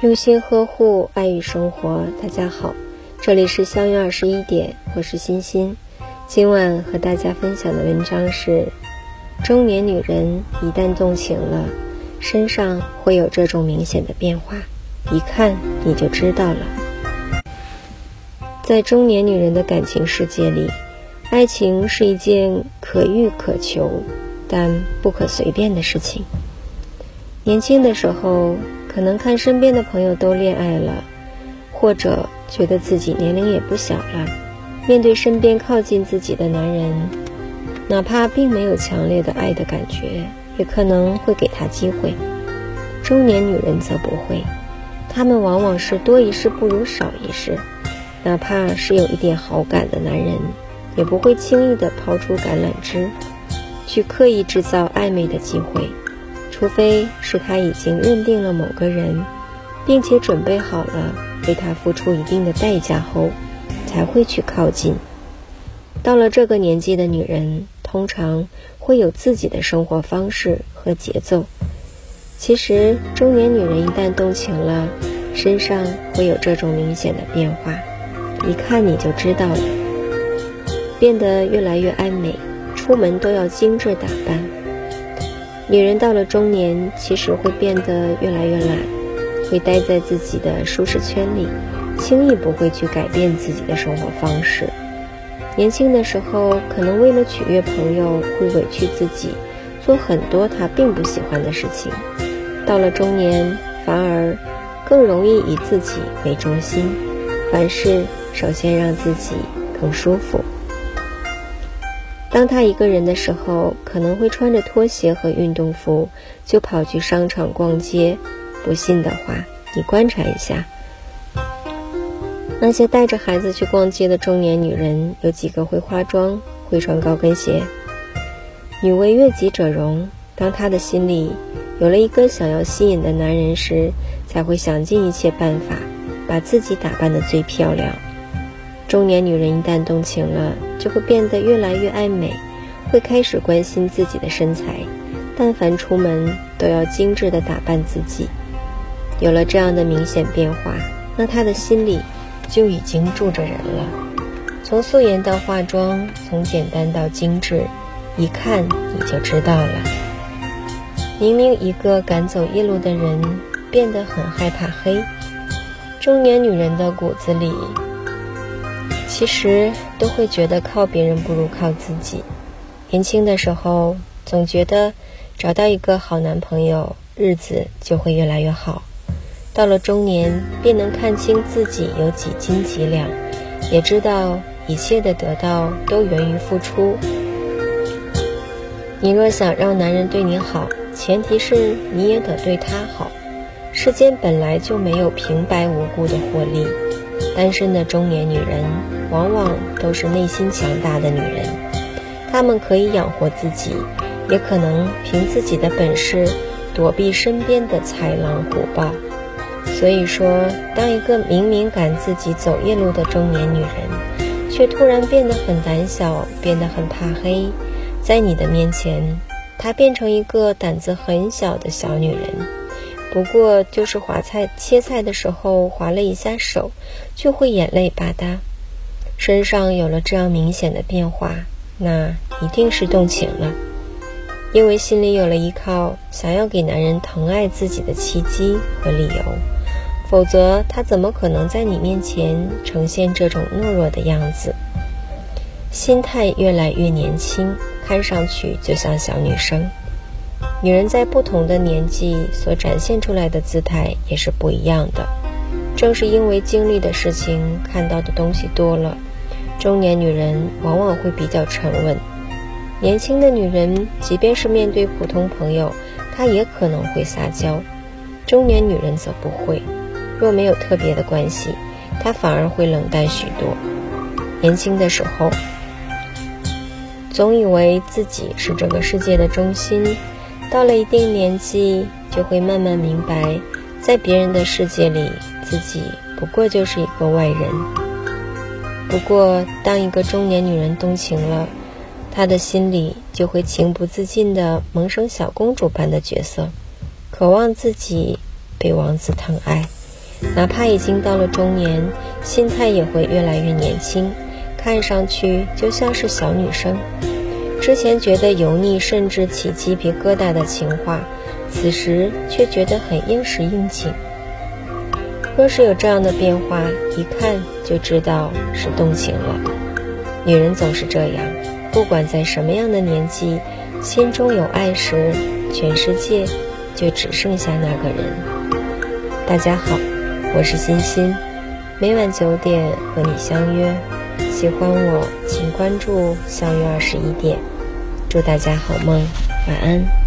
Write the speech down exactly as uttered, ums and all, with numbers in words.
用心呵护，爱与生活。大家好，这里是相约二十一点，我是欣欣。今晚和大家分享的文章是：中年女人一旦动情了，身上会有这种明显的变化，一看你就知道了。在中年女人的感情世界里，爱情是一件可遇可求但不可随便的事情。年轻的时候可能看身边的朋友都恋爱了，或者觉得自己年龄也不小了，面对身边靠近自己的男人，哪怕并没有强烈的爱的感觉，也可能会给他机会。中年女人则不会，她们往往是多一事不如少一事，哪怕是有一点好感的男人，也不会轻易地抛出橄榄枝，去刻意制造暧昧的机会，除非是他已经认定了某个人，并且准备好了为他付出一定的代价后，才会去靠近。到了这个年纪的女人，通常会有自己的生活方式和节奏。其实中年女人一旦动情了，身上会有这种明显的变化，一看你就知道了。变得越来越爱美，出门都要精致打扮。女人到了中年，其实会变得越来越懒，会待在自己的舒适圈里，轻易不会去改变自己的生活方式。年轻的时候，可能为了取悦朋友，会委屈自己，做很多她并不喜欢的事情。到了中年，反而更容易以自己为中心，凡事首先让自己更舒服。当他一个人的时候，可能会穿着拖鞋和运动服就跑去商场逛街。不信的话，你观察一下，那些带着孩子去逛街的中年女人，有几个会化妆，会穿高跟鞋？女为悦己者容，当她的心里有了一个想要吸引的男人时，才会想尽一切办法把自己打扮得最漂亮。中年女人一旦动情了，就会变得越来越爱美，会开始关心自己的身材，但凡出门都要精致地打扮自己。有了这样的明显变化，那她的心里就已经住着人了。从素颜到化妆，从简单到精致，一看你就知道了。明明一个敢走夜路的人，变得很害怕黑。中年女人的骨子里其实都会觉得靠别人不如靠自己。年轻的时候总觉得找到一个好男朋友，日子就会越来越好。到了中年，便能看清自己有几斤几两，也知道一切的得到都源于付出。你若想让男人对你好，前提是你也得对他好。世间本来就没有平白无故的获利，单身的中年女人往往都是内心强大的女人，她们可以养活自己，也可能凭自己的本事躲避身边的豺狼虎豹。所以说，当一个明明敢自己走夜路的中年女人，却突然变得很胆小，变得很怕黑，在你的面前，她变成一个胆子很小的小女人，不过就是划菜切菜的时候划了一下手，就会眼泪吧嗒。身上有了这样明显的变化，那一定是动情了，因为心里有了依靠，想要给男人疼爱自己的契机和理由。否则他怎么可能在你面前呈现这种懦弱的样子？心态越来越年轻，看上去就像小女生。女人在不同的年纪所展现出来的姿态也是不一样的。正是因为经历的事情，看到的东西多了，中年女人往往会比较沉稳。年轻的女人即便是面对普通朋友，她也可能会撒娇，中年女人则不会。若没有特别的关系，她反而会冷淡许多。年轻的时候总以为自己是这个世界的中心，到了一定年纪就会慢慢明白，在别人的世界里自己不过就是一个外人。不过当一个中年女人动情了，她的心里就会情不自禁地萌生小公主般的角色，渴望自己被王子疼爱， 哪怕已经到了中年，心态也会越来越年轻，看上去就像是小女生。之前觉得油腻甚至起鸡皮疙瘩的情话，此时却觉得很应时应景。若是有这样的变化，一看就知道是动情了。女人总是这样，不管在什么样的年纪，心中有爱时，全世界就只剩下那个人。大家好，我是欣欣，每晚九点和你相约。喜欢我请关注相约二十一点。祝大家好梦，晚安。